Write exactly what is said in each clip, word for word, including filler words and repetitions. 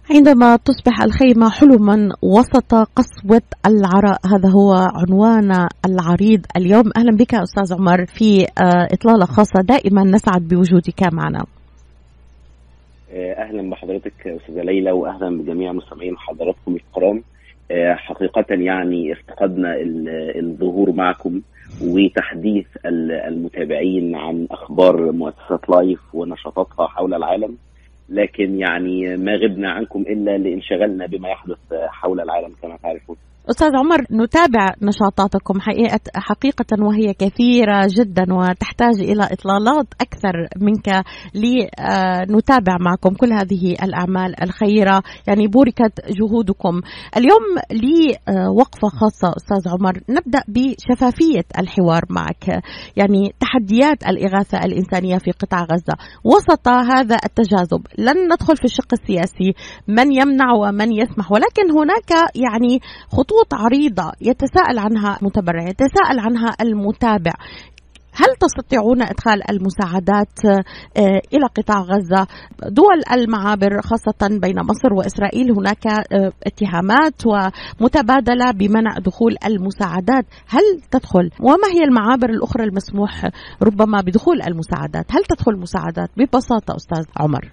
عندما تصبح الخيمة حلما وسط قسوة العراء، هذا هو عنوان العريض اليوم. أهلا بك أستاذ عمر في إطلالة خاصة، دائما نسعد بوجودك معنا. أهلا بحضرتك أستاذة ليلى، وأهلا بجميع مستمعين حضراتكم الكرام. حقيقة يعني افتقدنا الظهور معكم وتحديث المتابعين عن أخبار مؤسسة لايف ونشاطاتها حول العالم، لكن يعني ما غبنا عنكم إلا لانشغلنا بما يحدث حول العالم كما تعرفون. أستاذ عمر، نتابع نشاطاتكم حقيقة حقيقة وهي كثيرة جدا وتحتاج إلى إطلالات أكثر منك لنتابع معكم كل هذه الأعمال الخيرة، يعني بوركت جهودكم. اليوم لي وقفة خاصة أستاذ عمر، نبدأ بشفافية الحوار معك، يعني تحديات الإغاثة الإنسانية في قطاع غزة وسط هذا التجاذب. لن ندخل في الشق السياسي من يمنع ومن يسمح، ولكن هناك يعني خطوط عريضة يتساءل عنها المتبرع، يتساءل عنها المتابع. هل تستطيعون إدخال المساعدات إلى قطاع غزة؟ دول المعابر خاصة بين مصر وإسرائيل هناك اتهامات ومتبادلة بمنع دخول المساعدات، هل تدخل؟ وما هي المعابر الأخرى المسموح ربما بدخول المساعدات؟ هل تدخل المساعدات ببساطة أستاذ عمر؟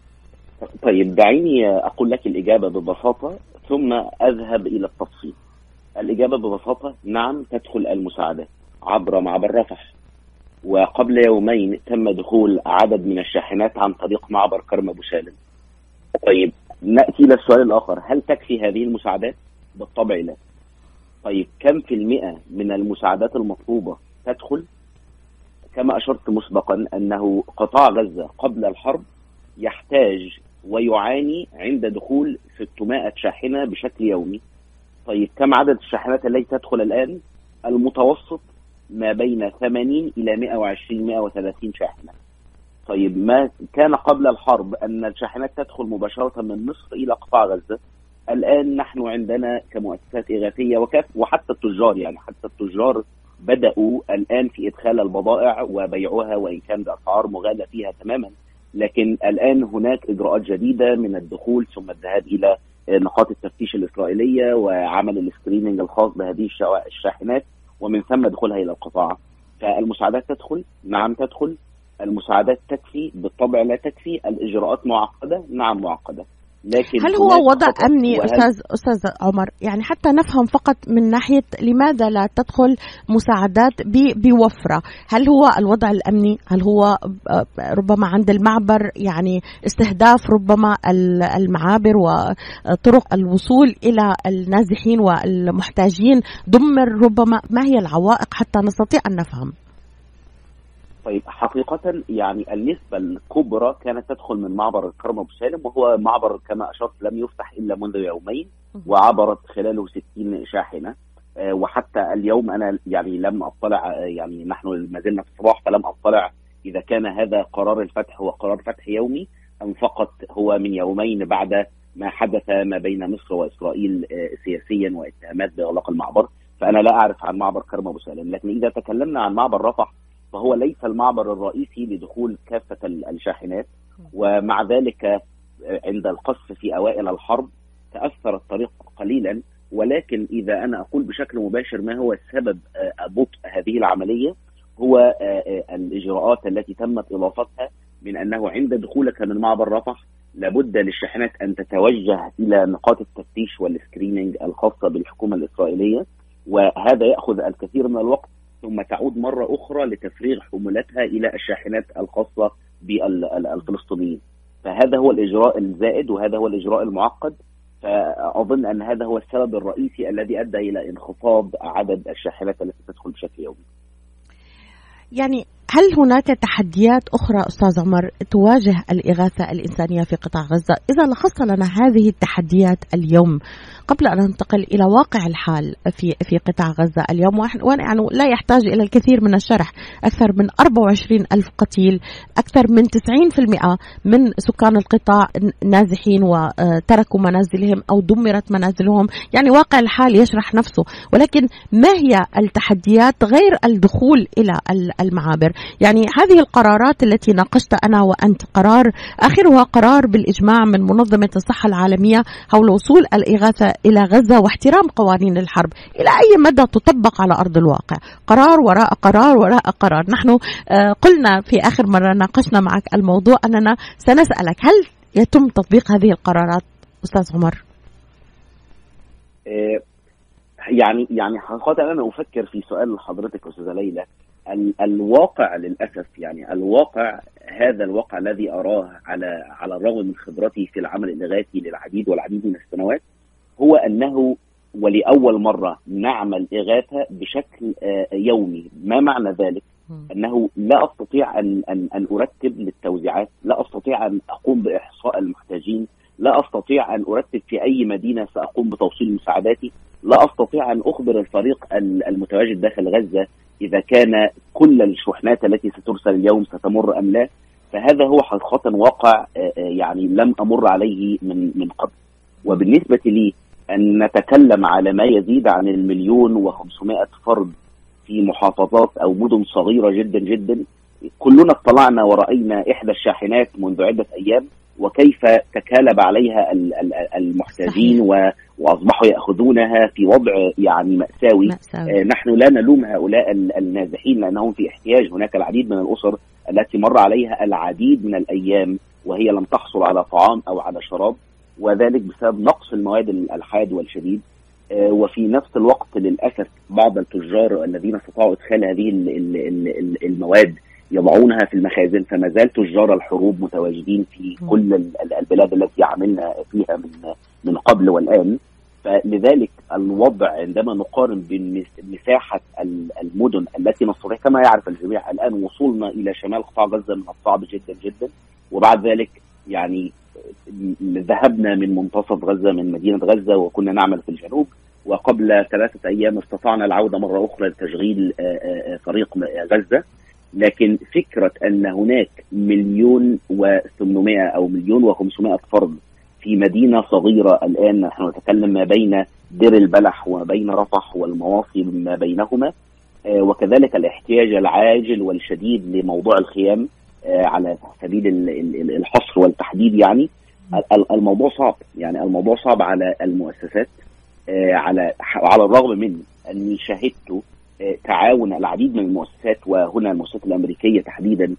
طيب دعيني أقول لك الإجابة ببساطة ثم أذهب إلى التفصيل. الإجابة ببساطة نعم، تدخل المساعدات عبر معبر رفح، وقبل يومين تم دخول عدد من الشاحنات عن طريق معبر كرم أبو سالم. طيب نأتي للسؤال الآخر، هل تكفي هذه المساعدات؟ بالطبع لا. طيب كم في المئة من المساعدات المطلوبة تدخل؟ كما أشرت مسبقا أنه قطاع غزة قبل الحرب يحتاج ويعاني عند دخول ستمائة شاحنة بشكل يومي. طيب كم عدد الشاحنات التي تدخل الآن؟ المتوسط ما بين ثمانين إلى مئة وعشرين مئة وثلاثين شاحنة. طيب ما كان قبل الحرب أن الشاحنات تدخل مباشرة من مصر إلى قطاع غزة، الآن نحن عندنا كمؤسسات إغاثية وكاف وحتى التجار، يعني حتى التجار بدأوا الآن في إدخال البضائع وبيعها، وإن كان بأسعار مغالى فيها تماما، لكن الآن هناك إجراءات جديدة من الدخول ثم الذهاب إلى نقاط التفتيش الإسرائيلية وعمل السكرينينج الخاص بهذه الشاحنات ومن ثم دخولها إلى القطاع. فالمساعدات تدخل، نعم تدخل. المساعدات تكفي؟ بالطبع لا تكفي. الإجراءات معقدة؟ نعم معقدة. لكن هل هو وضع أمني أستاذ أستاذ عمر؟ يعني حتى نفهم فقط من ناحية لماذا لا تدخل مساعدات بوفرة، هل هو الوضع الأمني؟ هل هو ربما عند المعبر يعني استهداف ربما المعابر وطرق الوصول إلى النازحين والمحتاجين دمر؟ ربما ما هي العوائق حتى نستطيع أن نفهم؟ طيب حقيقة يعني النسبة الكبرى كانت تدخل من معبر كرم أبو سالم، وهو معبر كما أشرت لم يفتح إلا منذ يومين وعبرت خلاله ستين شاحنة. وحتى اليوم أنا يعني لم أطلع، يعني نحن ما زلنا في الصباح فلم أطلع إذا كان هذا قرار الفتح هو قرار فتح يومي أم فقط هو من يومين بعد ما حدث ما بين مصر وإسرائيل سياسيا واتهامات بإغلاق المعبر. فأنا لا أعرف عن معبر كرم أبو سالم، لكن إذا تكلمنا عن معبر رفح فهو ليس المعبر الرئيسي لدخول كافة الشاحنات، ومع ذلك عند القصف في أوائل الحرب تأثر الطريق قليلا. ولكن إذا أنا أقول بشكل مباشر ما هو السبب بطء هذه العملية، هو الإجراءات التي تمت إضافتها من أنه عند دخولك من معبر رفح لابد للشاحنات أن تتوجه إلى نقاط التفتيش والسكرينينج الخاصة بالحكومة الإسرائيلية، وهذا يأخذ الكثير من الوقت، ثم تعود مرة أخرى لتفريغ حمولتها إلى الشاحنات الخاصة بالفلسطينيين. فهذا هو الإجراء الزائد وهذا هو الإجراء المعقد. فأظن أن هذا هو السبب الرئيسي الذي أدى إلى انخفاض عدد الشاحنات التي تدخل بشكل يومي. يعني هل هناك تحديات أخرى أستاذ عمر تواجه الإغاثة الإنسانية في قطاع غزة؟ إذا لخصت لنا هذه التحديات اليوم قبل أن ننتقل إلى واقع الحال في في قطاع غزة اليوم، وأنا يعني لا يحتاج إلى الكثير من الشرح. أكثر من أربعة وعشرين ألف قتيل، أكثر من تسعين بالمئة من سكان القطاع نازحين وتركوا منازلهم أو دمرت منازلهم، يعني واقع الحال يشرح نفسه. ولكن ما هي التحديات غير الدخول إلى المعابر؟ يعني هذه القرارات التي ناقشت أنا وأنت، قرار آخرها قرار بالإجماع من منظمة الصحة العالمية حول وصول الإغاثة إلى غزة واحترام قوانين الحرب، إلى أي مدى تطبق على أرض الواقع؟ قرار وراء قرار وراء قرار. نحن قلنا في آخر مرة ناقشنا معك الموضوع أننا سنسألك هل يتم تطبيق هذه القرارات أستاذ عمر؟ يعني يعني حقيقة أنا أفكر في سؤال حضرتك أستاذة ليلى. ال الواقع للأسف، يعني الواقع هذا الواقع الذي أراه على على الرغم من خبرتي في العمل الإغاثي للعديد والعديد من السنوات، هو أنه ولأول مرة نعمل إغاثة بشكل يومي. ما معنى ذلك؟ أنه لا أستطيع أن أن أن أرتب للتوزيعات، لا أستطيع أن أقوم بإحصاء المحتاجين، لا أستطيع أن أرتب في أي مدينة سأقوم بتوصيل مساعداتي، لا أستطيع أن أخبر الفريق المتواجد داخل غزة إذا كان كل الشحنات التي سترسل اليوم ستمر أم لا. فهذا هو حقيقة واقع يعني لم أمر عليه من من قبل. وبالنسبة لي أن نتكلم على ما يزيد عن المليون وخمسمائة فرد في محافظات أو مدن صغيرة جدا جدا، كلنا اطلعنا ورأينا إحدى الشاحنات منذ عدة أيام وكيف تكالب عليها المحتاجين وأصبحوا يأخذونها في وضع يعني مأساوي, مأساوي. آه نحن لا نلوم هؤلاء النازحين لأنهم في احتياج. هناك العديد من الأسر التي مر عليها العديد من الأيام وهي لم تحصل على طعام أو على شراب، وذلك بسبب نقص المواد الحاد والشديد. آه وفي نفس الوقت للأسف بعض التجار الذين استطاعوا إدخال هذه المواد يضعونها في المخازن، فما زال تجار الحروب متواجدين في كل البلاد التي عملنا فيها من من قبل والآن. فلذلك الوضع عندما نقارن بين مساحة المدن التي نستطيع، كما يعرف الجميع الآن وصولنا إلى شمال قطاع غزة من الصعب جدا جدا، وبعد ذلك يعني ذهبنا من منتصف غزة من مدينة غزة وكنا نعمل في الجنوب، وقبل ثلاثة أيام استطعنا العودة مرة أخرى لتشغيل فريق غزة. لكن فكرة أن هناك مليون وثمانمائة أو مليون وخمسمائة فرد في مدينة صغيرة الآن، نحن نتكلم ما بين دير البلح وما بين رفح والمواصي ما بينهما، وكذلك الاحتياج العاجل والشديد لموضوع الخيام على سبيل الحصر والتحديد. يعني الموضوع صعب، يعني الموضوع صعب على المؤسسات، على على الرغم من أني شاهدت تعاون العديد من المؤسسات، وهنا المؤسسات الأمريكية تحديدا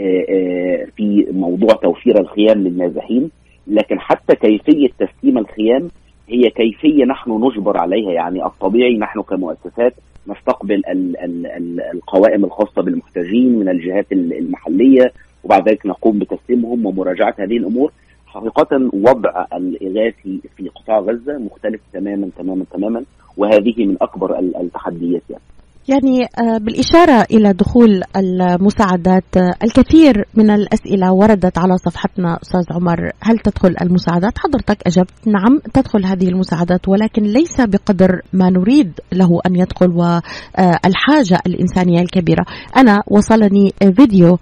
في موضوع توفير الخيام للنازحين، لكن حتى كيفية تسليم الخيام هي كيفية نحن نجبر عليها. يعني الطبيعي نحن كمؤسسات نستقبل ال ال ال القوائم الخاصة بالمحتاجين من الجهات المحلية، وبعد ذلك نقوم بتسليمهم ومراجعة هذه الأمور. حقيقة وضع الإغاثي في قطاع غزة مختلف تماما تماما تماما، وهذه من أكبر التحديات. يعني يعني بالإشارة إلى دخول المساعدات، الكثير من الأسئلة وردت على صفحتنا أستاذ عمر. هل تدخل المساعدات؟ حضرتك أجبت نعم تدخل هذه المساعدات، ولكن ليس بقدر ما نريد له أن يدخل والحاجة الإنسانية الكبيرة. أنا وصلني فيديو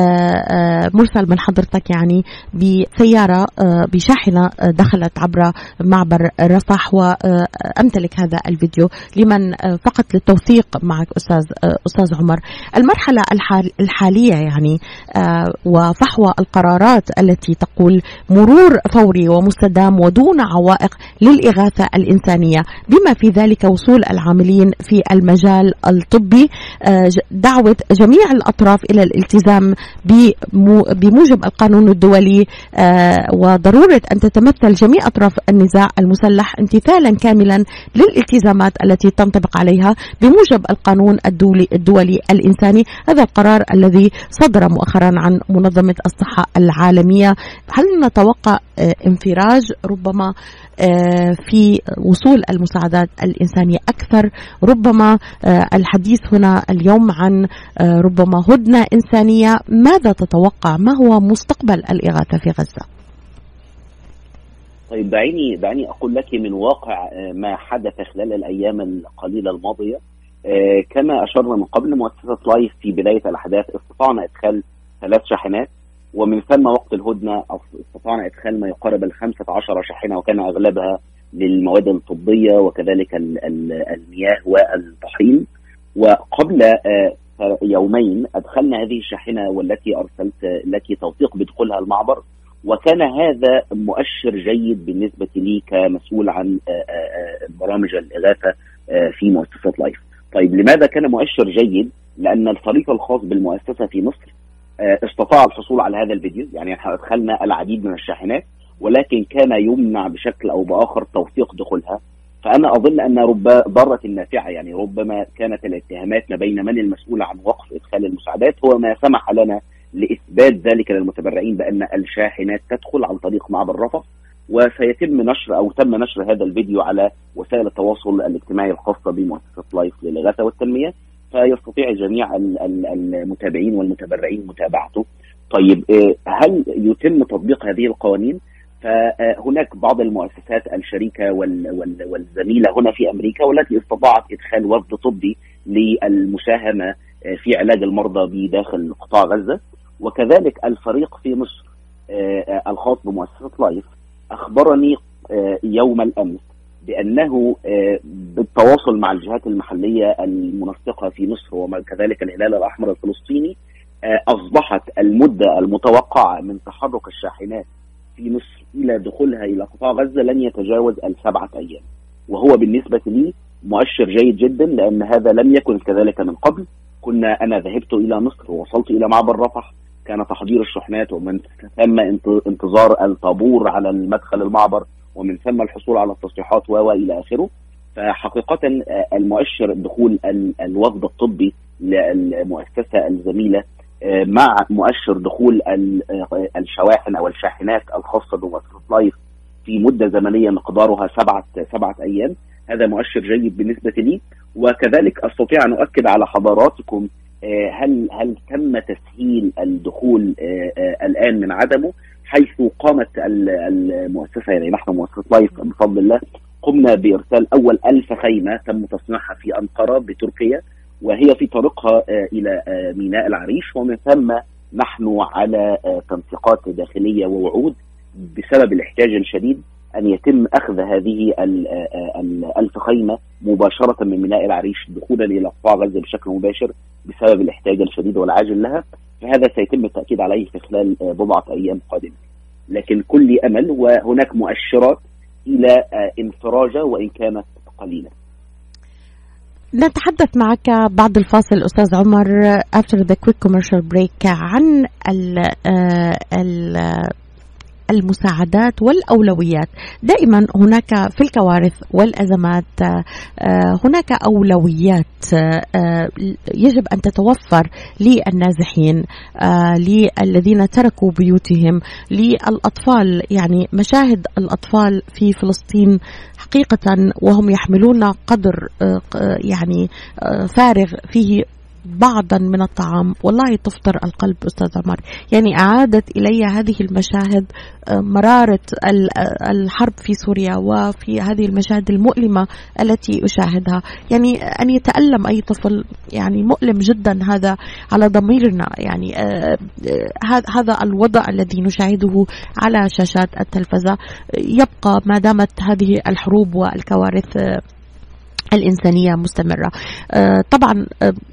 مرسل من حضرتك يعني بسيارة بشاحنة دخلت عبر معبر رفح، وأمتلك هذا الفيديو لمن فقط للتوثيق معك أستاذ أستاذ عمر. المرحلة الحال الحالية يعني وفحوى القرارات التي تقول مرور فوري ومستدام ودون عوائق للإغاثة الإنسانية، بما في ذلك وصول العاملين في المجال الطبي، دعوة جميع الأطراف إلى الالتزام بموجب القانون الدولي، وضرورة أن تتمثل جميع أطراف النزاع المسلح امتثالا كاملا للالتزامات التي تنطبق عليها بموجب القانون الدولي الدولي الإنساني. هذا القرار الذي صدر مؤخرا عن منظمة الصحة العالمية. هل نتوقع انفراج ربما في وصول المساعدات الإنسانية أكثر؟ ربما الحديث هنا اليوم عن ربما هدنة إنسانية. ماذا تتوقع؟ ما هو مستقبل الإغاثة في غزة؟ طيب دعيني دعيني أقول لك من واقع ما حدث خلال الأيام القليلة الماضية. كما أشرنا من قبل، مؤسسة لايف في بداية الأحداث استطعنا إدخال ثلاث شاحنات، ومن ثم وقت الهدنة استطعنا إدخال ما يقارب الخمسة عشر شاحنة، وكان أغلبها للمواد الطبية وكذلك المياه والطحين. وقبل يومين أدخلنا هذه الشاحنة والتي أرسلت لك توثيق بدخولها المعبر، وكان هذا مؤشر جيد بالنسبة لي كمسؤول عن برامج الإغاثة في مؤسسة لايف. طيب لماذا كان مؤشر جيد؟ لأن الفريق الخاص بالمؤسسة في مصر استطاع الحصول على هذا الفيديو، يعني أدخلنا العديد من الشاحنات ولكن كان يمنع بشكل أو بآخر توثيق دخولها. فأنا أظن أن رب ضارة النافعة، يعني ربما كانت الاتهامات ما بين من المسؤول عن وقف إدخال المساعدات هو ما سمح لنا لإثبات ذلك للمتبرعين بأن الشاحنات تدخل عن طريق معبر رفح. وسيتم نشر أو تم نشر هذا الفيديو على وسائل التواصل الاجتماعي الخاصة بمؤسسة لايف للإغاثة والتنمية، فيستطيع جميع المتابعين والمتبرعين متابعته. طيب هل يتم تطبيق هذه القوانين؟ فهناك بعض المؤسسات الشريكة والزميلة هنا في أمريكا والتي استطاعت إدخال وفد طبي للمساهمة في علاج المرضى بداخل قطاع غزة. وكذلك الفريق في مصر الخاص بمؤسسة لايف أخبرني يوم الأمس بأنه بالتواصل مع الجهات المحلية المنسقة في مصر وكذلك الهلال الأحمر الفلسطيني أصبحت المدة المتوقعة من تحرك الشاحنات في مصر إلى دخولها إلى قطاع غزة لن يتجاوز السبعة أيام، وهو بالنسبة لي مؤشر جيد جدا، لأن هذا لم يكن كذلك من قبل. كنا أنا ذهبت إلى مصر ووصلت إلى معبر رفح، كان تحضير الشحنات ومن ثم انتظار الطابور على المدخل المعبر ومن ثم الحصول على التصريحات وإلى آخره. فحقيقة المؤشر دخول الوفد الطبي للمؤسسة الزميلة مع مؤشر دخول الشواحن أو الشاحنات الخاصة بمؤسسة لايف في مدة زمنية مقدارها سبعة سبعة أيام، هذا مؤشر جيد بالنسبة لي. وكذلك أستطيع أن أؤكد على حضراتكم هل هل تم تسهيل الدخول الآن من عدمه، حيث قامت المؤسسة، يعني نحن مؤسسة لايف بفضل الله قمنا بإرسال أول ألف خيمة تم تصنيعها في أنقرة بتركيا، وهي في طريقها إلى ميناء العريش، ومن ثم نحن على تنسيقات داخلية ووعود بسبب الاحتياج الشديد أن يتم أخذ هذه الألف خيمة مباشرة من ميناء العريش دخولا إلى قطاع غزة بشكل مباشر بسبب الاحتياج الشديد والعاجل لها. فهذا سيتم التأكيد عليه في خلال بضعة أيام قادمة، لكن كل أمل وهناك مؤشرات إلى انفراجة وإن كانت قليلة. نتحدث معك بعد الفاصل أستاذ عمر after the quick commercial break عن ال ال المساعدات والأولويات. دائما هناك في الكوارث والأزمات هناك أولويات يجب أن تتوفر للنازحين، للذين تركوا بيوتهم، للأطفال. يعني مشاهد الأطفال في فلسطين حقيقة وهم يحملون قدر يعني فارغ فيه بعضا من الطعام، والله تفطر القلب أستاذ عمر. يعني أعادت إلي هذه المشاهد مرارة الحرب في سوريا وفي هذه المشاهد المؤلمة التي أشاهدها. يعني أن يتألم أي طفل يعني مؤلم جدا، هذا على ضميرنا. يعني هذا الوضع الذي نشاهده على شاشات التلفزة يبقى ما دامت هذه الحروب والكوارث الإنسانية مستمرة. طبعا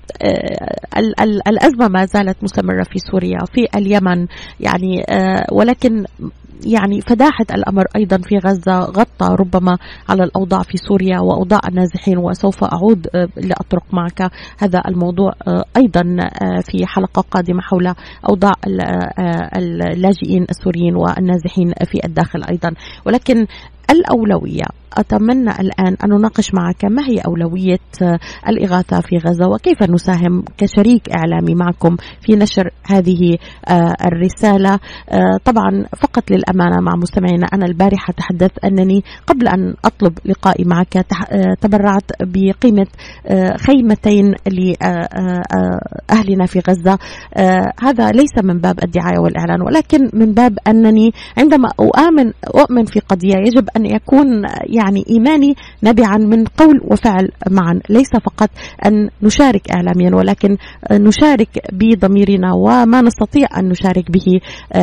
الأزمة ما زالت مستمرة في سوريا، في اليمن، يعني ولكن يعني فداحة الأمر أيضا في غزة غطى ربما على الأوضاع في سوريا وأوضاع النازحين، وسوف أعود لأطرق معك هذا الموضوع أيضا في حلقة قادمة حول أوضاع اللاجئين السوريين والنازحين في الداخل أيضا. ولكن الأولوية أتمنى الآن أن نناقش معك ما هي أولوية الإغاثة في غزة، وكيف نساهم كشريك إعلامي معكم في نشر هذه الرسالة. طبعا فقط للأمانة مع مستمعينا، أنا البارحة تحدثت أنني قبل أن أطلب لقائي معك تبرعت بقيمة خيمتين لأهلنا في غزة. هذا ليس من باب الدعاية والإعلان، ولكن من باب أنني عندما أؤمن أؤمن في قضية يجب أن يكون يعني إيماني نابعا من قول وفعل معا، ليس فقط أن نشارك إعلاميا ولكن نشارك بضميرنا وما نستطيع أن نشارك به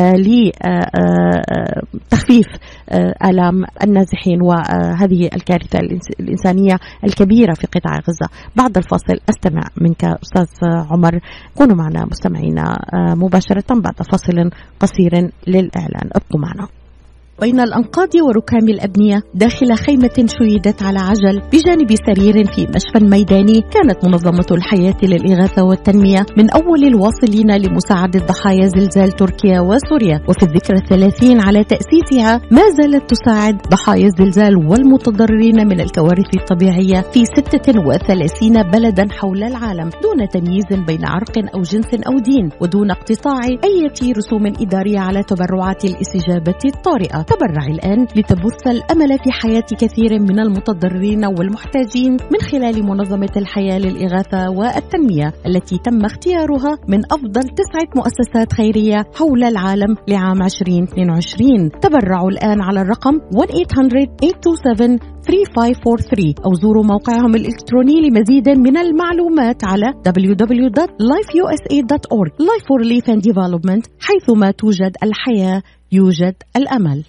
لتخفيف آلام النازحين وهذه الكارثة الإنسانية الكبيرة في قطاع غزة. بعد الفاصل أستمع منك أستاذ عمر، كونوا معنا مستمعينا مباشرة بعد فاصل قصير للإعلان، ابقوا معنا. بين الأنقاض وركام الأبنية داخل خيمة شيدت على عجل بجانب سرير في مشفى ميداني، كانت منظمة الحياة للإغاثة والتنمية من أول الواصلين لمساعدة ضحايا زلزال تركيا وسوريا، وفي الذكرى الثلاثين على تأسيسها ما زالت تساعد ضحايا الزلزال والمتضررين من الكوارث الطبيعية في ستة وثلاثين بلدا حول العالم، دون تمييز بين عرق أو جنس أو دين، ودون اقتطاع أي رسوم إدارية على تبرعات الاستجابة الطارئة. تبرع الآن لتبث الأمل في حياة كثير من المتضررين والمحتاجين من خلال منظمة الحياة للإغاثة والتنمية التي تم اختيارها من أفضل تسعة مؤسسات خيرية حول العالم لعام عشرين اثنين وعشرين. تبرعوا الآن على الرقم واحد ثمانمية ثمانية اثنين سبعة ثلاثة خمسة أربعة ثلاثة أو زوروا موقعهم الإلكتروني لمزيد من المعلومات على دبليو دبليو دبليو دوت لايف يو اس اي دوت أورج. Life for Relief and Development، حيثما توجد الحياة يوجد الأمل.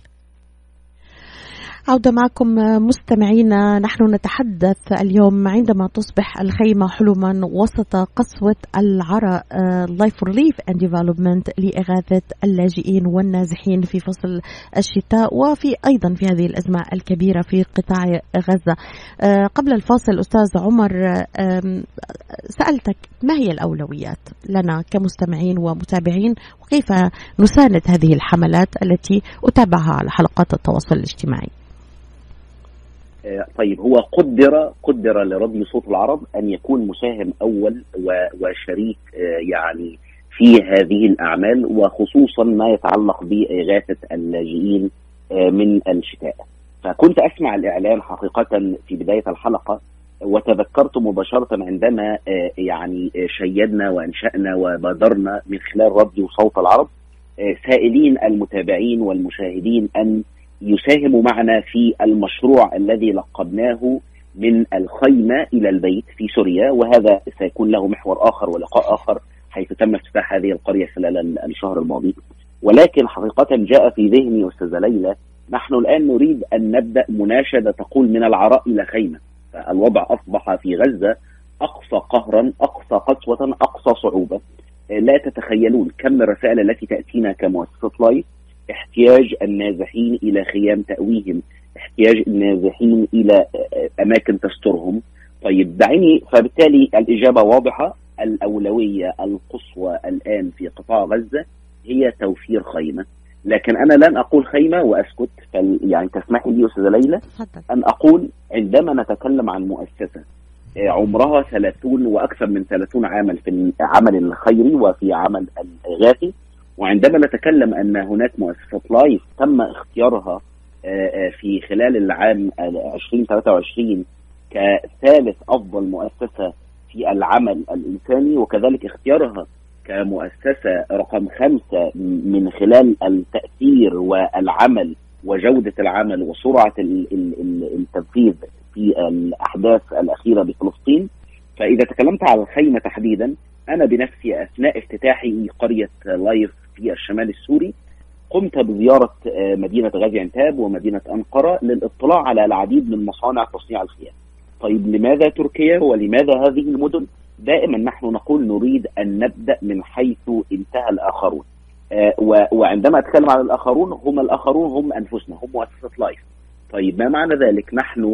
عودة معكم مستمعينا، نحن نتحدث اليوم عندما تصبح الخيمة حلما وسط قسوة العرى، Life for Relief and Development لإغاثة اللاجئين والنازحين في فصل الشتاء وفي أيضا في هذه الأزمة الكبيرة في قطاع غزة. قبل الفاصل أستاذ عمر سألتك ما هي الأولويات لنا كمستمعين ومتابعين، وكيف نساند هذه الحملات التي أتابعها على حلقات التواصل الاجتماعي؟ طيب، هو قدر قدر لراديو صوت العرب أن يكون مساهم أول وشريك يعني في هذه الأعمال، وخصوصا ما يتعلق بإغاثة اللاجئين من الشتاء. فكنت أسمع الإعلان حقيقة في بداية الحلقة، وتذكرت مباشرة عندما يعني شيدنا وأنشأنا وبادرنا من خلال راديو صوت العرب سائلين المتابعين والمشاهدين أن يساهموا معنا في المشروع الذي لقبناه من الخيمة إلى البيت في سوريا، وهذا سيكون له محور آخر ولقاء آخر حيث تم افتتاح هذه القرية خلال الشهر الماضي. ولكن حقيقة جاء في ذهني أستاذة ليلى، نحن الآن نريد أن نبدأ مناشدة تقول من العراء إلى خيمة. فالوضع أصبح في غزة أقصى قهرا، أقصى قسوة، أقصى صعوبة. لا تتخيلون كم الرسائل التي تأتينا كمؤسسة لايف، احتياج النازحين إلى خيام تأويهم، احتياج النازحين إلى أماكن تسترهم. طيب دعيني، فبالتالي الإجابة واضحة، الأولوية القصوى الآن في قطاع غزة هي توفير خيمة. لكن أنا لن أقول خيمة وأسكت، يعني تسمحي لي أستاذة ليلى أن أقول عندما نتكلم عن مؤسسة عمرها ثلاثون وأكثر من ثلاثون عاما في العمل الخيري وفي عمل الإغاثي، وعندما نتكلم أن هناك مؤسسة لايف تم اختيارها في خلال العام عشرين ثلاثة وعشرين كثالث أفضل مؤسسة في العمل الإنساني، وكذلك اختيارها كمؤسسة رقم خمسة من خلال التأثير والعمل وجودة العمل وسرعة التنفيذ في الأحداث الأخيرة بفلسطين. فإذا تكلمت على الخيمة تحديدا، أنا بنفسي أثناء افتتاحي قرية لايف في الشمال السوري قمت بزيارة مدينة غازي عنتاب ومدينة أنقرة للاطلاع على العديد من مصانع تصنيع الخيام. طيب لماذا تركيا ولماذا هذه المدن؟ دائما نحن نقول نريد أن نبدأ من حيث انتهى الآخرون، وعندما أتكلم عن الآخرون هم الآخرون هم أنفسنا، هم مؤسسة لايف. طيب ما معنى ذلك؟ نحن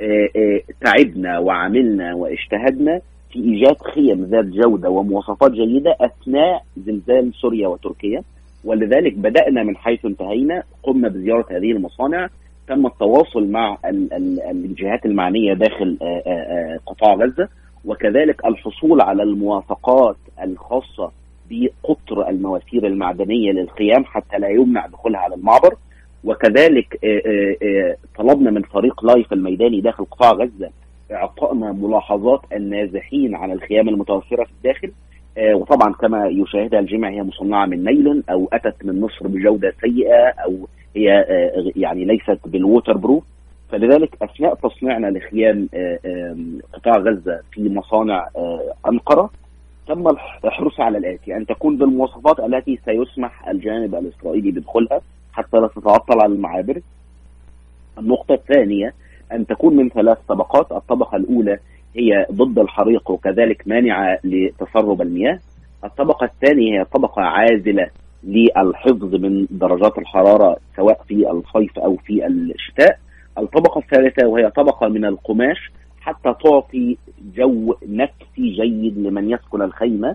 تعبنا وعملنا واجتهدنا في إيجاد خيم ذات جودة ومواصفات جيدة أثناء زلزال سوريا وتركيا، ولذلك بدأنا من حيث انتهينا. قمنا بزيارة هذه المصانع، تم التواصل مع الجهات المعنية داخل قطاع غزة، وكذلك الحصول على الموافقات الخاصة بقطر المواسير المعدنية للخيام حتى لا يمنع دخولها على المعبر. وكذلك طلبنا من فريق لايف الميداني داخل قطاع غزة إعطائنا ملاحظات النازحين عن الخيام المتوفرة في الداخل، وطبعا كما يشاهدها الجميع هي مصنعة من نايلون أو أتت من مصر بجودة سيئة أو هي يعني ليست بالووتر بروف. فلذلك أثناء تصنيعنا لخيام قطاع غزة في مصانع أنقرة تم الحرص على الآتي: أن تكون بالمواصفات التي سيسمح الجانب الإسرائيلي بدخولها حتى لا تتعطل على المعابر. النقطة الثانية أن تكون من ثلاث طبقات: الطبقة الأولى هي ضد الحريق وكذلك مانعة لتسرب المياه. الطبقة الثانية هي طبقة عازلة للحفظ من درجات الحرارة سواء في الصيف أو في الشتاء. الطبقة الثالثة وهي طبقة من القماش حتى تعطي جو نفسي جيد لمن يسكن الخيمة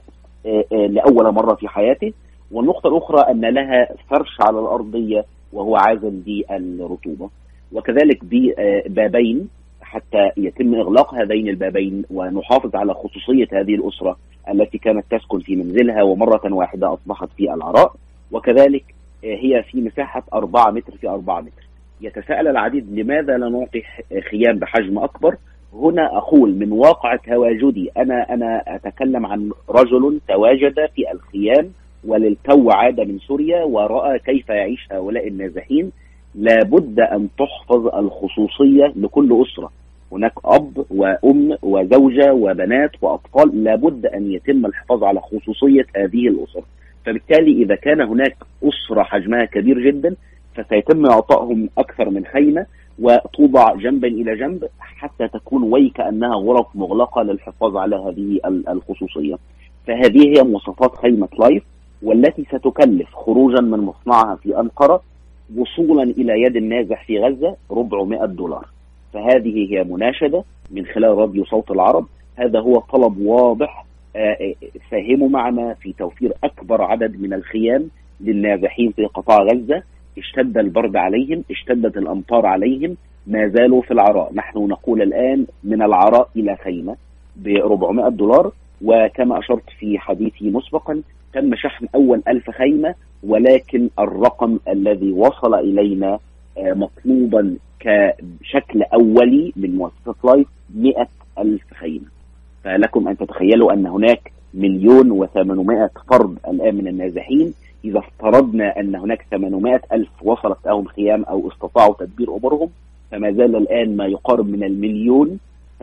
لأول مرة في حياته. والنقطة الأخرى أن لها فرش على الأرضية وهو عازل للرطوبة، وكذلك ببابين حتى يتم إغلاق هذين البابين ونحافظ على خصوصية هذه الأسرة التي كانت تسكن في منزلها ومرة واحدة أصبحت في العراء. وكذلك هي في مساحة أربعة متر في أربعة متر. يتساءل العديد: لماذا لا نعطي خيام بحجم أكبر؟ هنا أقول من واقع تواجدي، أنا أنا أتكلم عن رجل تواجد في الخيام وللتو عاد من سوريا ورأى كيف يعيش هؤلاء النازحين. لابد أن تحفظ الخصوصية لكل أسرة. هناك أب وأم وزوجة وبنات وأطفال، لابد أن يتم الحفاظ على خصوصية هذه الأسر. فبالتالي إذا كان هناك أسرة حجمها كبير جدا فسيتم إعطائهم أكثر من خيمة وتوضع جنبا إلى جنب حتى تكون ويكأنها غرف مغلقة للحفاظ على هذه الخصوصية. فهذه هي مواصفات خيمة لايف، والتي ستكلف خروجا من مصنعها في أنقرة وصولا إلى يد النازح في غزة أربعمائة دولار. فهذه هي مناشدة من خلال راديو صوت العرب. هذا هو طلب واضح، ساهموا معنا في توفير أكبر عدد من الخيام للنازحين في قطاع غزة. اشتد البرد عليهم، اشتدت الأمطار عليهم، ما زالوا في العراء. نحن نقول الآن من العراء إلى خيمة ب أربعمائة دولار. وكما أشرت في حديثي مسبقا تم شحن أول ألف خيمة، ولكن الرقم الذي وصل إلينا مطلوبا كشكل أولي من مؤسسة لايف مئة ألف خيمة. فلكم أن تتخيلوا أن هناك مليون وثمانمائة فرد الآن من النازحين. إذا افترضنا أن هناك ثمانمائة ألف وصلت لهم خيام أو استطاعوا تدبير أمورهم، فما زال الآن ما يقارب من المليون.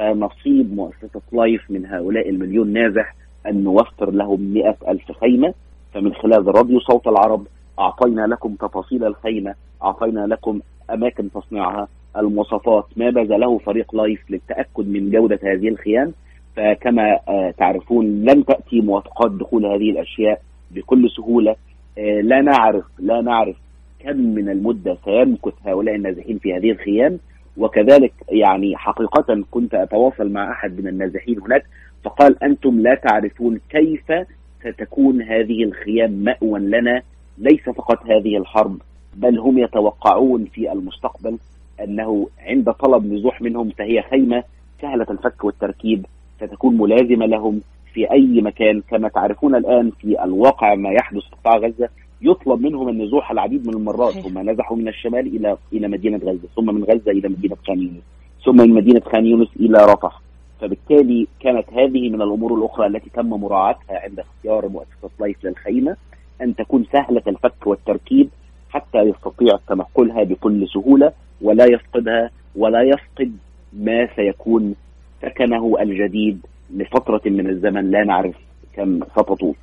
فنصيب مؤسسة لايف من هؤلاء المليون نازح أن نوفر لهم مئة ألف خيمة. فمن خلال راديو صوت العرب أعطينا لكم تفاصيل الخيمة، أعطينا لكم أماكن تصنيعها، المواصفات، ما بذله فريق لايف للتأكد من جودة هذه الخيام. فكما تعرفون لن تأتي موافقات دخول هذه الأشياء بكل سهولة. لا نعرف لا نعرف كم من المدة سيمكث هؤلاء النازحين في هذه الخيام. وكذلك يعني حقيقة كنت أتواصل مع أحد من النازحين هناك فقال: أنتم لا تعرفون كيف ستكون هذه الخيام مأوى لنا، ليس فقط هذه الحرب، بل هم يتوقعون في المستقبل أنه عند طلب نزوح منهم فهي خيمة سهلة الفك والتركيب ستكون ملازمة لهم في أي مكان. كما تعرفون الآن في الواقع ما يحدث في قطاع غزة، يطلب منهم النزوح العديد من المرات. هم نزحوا من الشمال إلى إلى مدينة غزة، ثم من غزة إلى مدينة خان يونس، ثم من مدينة خان يونس إلى رفح. فبالتالي كانت هذه من الأمور الأخرى التي تم مراعاتها عند اختيار مؤسسة لايف للخيمة، أن تكون سهلة الفك والتركيب حتى يستطيع تنقلها بكل سهولة ولا يفقدها ولا يفقد ما سيكون سكنه الجديد لفترة من الزمن لا نعرف كم ستطول.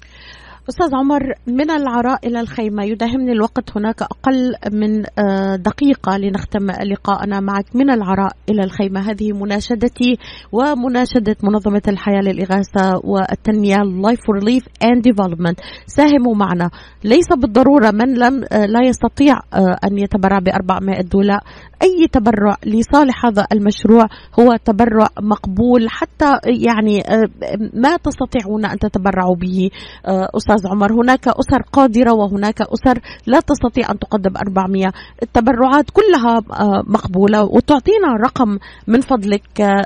أستاذ عمر، من العراء إلى الخيمة يداهمني الوقت، هناك أقل من دقيقة لنختم لقاءنا معك. من العراء إلى الخيمة، هذه مناشدتي ومناشدة منظمة الحياة للإغاثة والتنمية Life for Relief and Development. ساهموا معنا، ليس بالضرورة من لم لا يستطيع أن يتبرع بأربعمائة دولار. أي تبرع لصالح هذا المشروع هو تبرع مقبول، حتى يعني ما تستطيعون أن تتبرعوا به. أستاذ عمر، هناك أسر قادرة وهناك أسر لا تستطيع أن تقدم أربعمائة. التبرعات كلها مقبولة، وتعطينا رقم من فضلك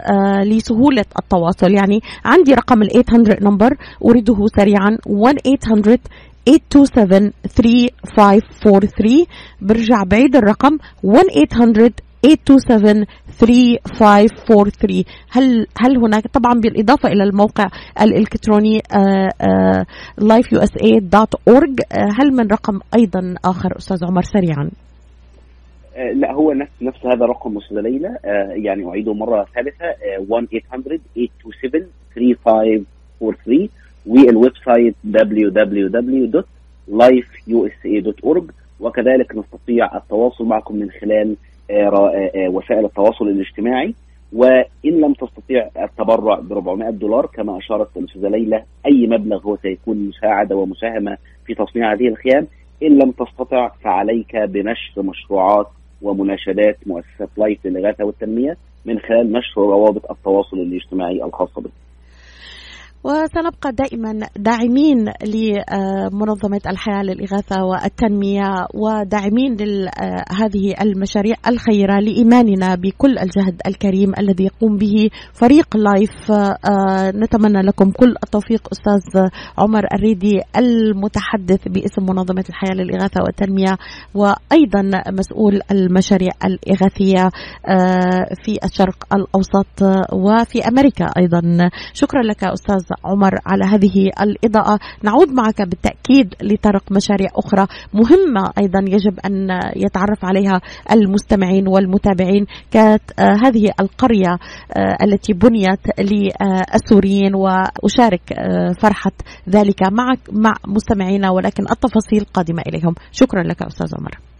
لسهولة التواصل. يعني عندي رقم ال ثمانمائة نمبر أريده سريعا، واحد ثمانمائة ثمانية اثنين سبعة ثلاثة خمسة أربعة ثلاثة. برجع بعيد الرقم واحد ثمانمائة ثمانية اثنين سبعة ثلاثة خمسة أربعة ثلاثة. هل هل هناك طبعا بالإضافة إلى الموقع الإلكتروني لايف يو اس اي دوت أورج، هل من رقم أيضا آخر أستاذ عمر سريعا؟ لا، هو نفس نفس هذا الرقم أستاذة ليلى، يعني أعيده مرة ثالثة، واحد ثمانية صفر صفر ثمانية اثنين سبعة ثلاثة خمسة أربعة ثلاثة، والويب سايت دبليو دبليو دبليو دوت لايف يو اس اي دوت أورج. وكذلك نستطيع التواصل معكم من خلال وسائل التواصل الاجتماعي. وإن لم تستطيع التبرع ب أربعمائة دولار كما أشارت الأستاذة ليلى، أي مبلغ هو سيكون مساعدة ومساهمة في تصنيع هذه الخيام. إن لم تستطع فعليك بنشر مشروعات ومناشدات مؤسسة لايف للإغاثة والتنمية من خلال نشر روابط التواصل الاجتماعي الخاصة به. وسنبقى دائما داعمين لمنظمة الحياة للإغاثة والتنمية وداعمين لهذه المشاريع الخيرة لإيماننا بكل الجهد الكريم الذي يقوم به فريق لايف. نتمنى لكم كل التوفيق أستاذ عمر الريدي المتحدث باسم منظمة الحياة للإغاثة والتنمية وأيضا مسؤول المشاريع الإغاثية في الشرق الأوسط وفي أمريكا أيضا. شكرا لك أستاذ عمر على هذه الإضاءة. نعود معك بالتأكيد لطرق مشاريع أخرى مهمة أيضا يجب أن يتعرف عليها المستمعين والمتابعين، كهذه القرية التي بنيت للسوريين، وأشارك فرحة ذلك مع مع مستمعينا، ولكن التفاصيل قادمة إليهم. شكرا لك أستاذ عمر.